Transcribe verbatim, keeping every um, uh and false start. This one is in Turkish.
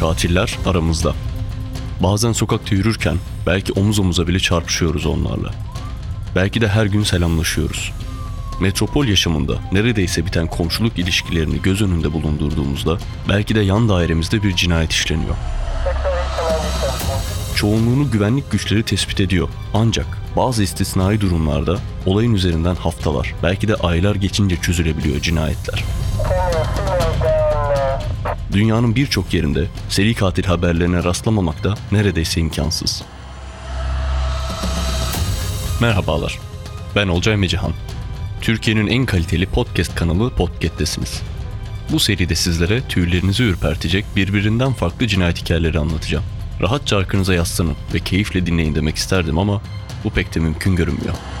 Katiller aramızda. Bazen sokakta yürürken belki omuz omuza bile çarpışıyoruz onlarla. Belki de her gün selamlaşıyoruz. Metropol yaşamında neredeyse biten komşuluk ilişkilerini göz önünde bulundurduğumuzda belki de yan dairemizde bir cinayet işleniyor. Çoğunluğunu güvenlik güçleri tespit ediyor. Ancak bazı istisnai durumlarda olayın üzerinden haftalar, belki de aylar geçince çözülebiliyor cinayetler. Dünyanın birçok yerinde seri katil haberlerine rastlamamak da neredeyse imkansız. Merhabalar, ben Olcay Mecihan. Türkiye'nin en kaliteli podcast kanalı Podcast'tesiniz. Bu seride sizlere tüylerinizi ürpertecek birbirinden farklı cinayet hikayeleri anlatacağım. Rahatça arkanıza yaslanın ve keyifle dinleyin demek isterdim ama bu pek de mümkün görünmüyor.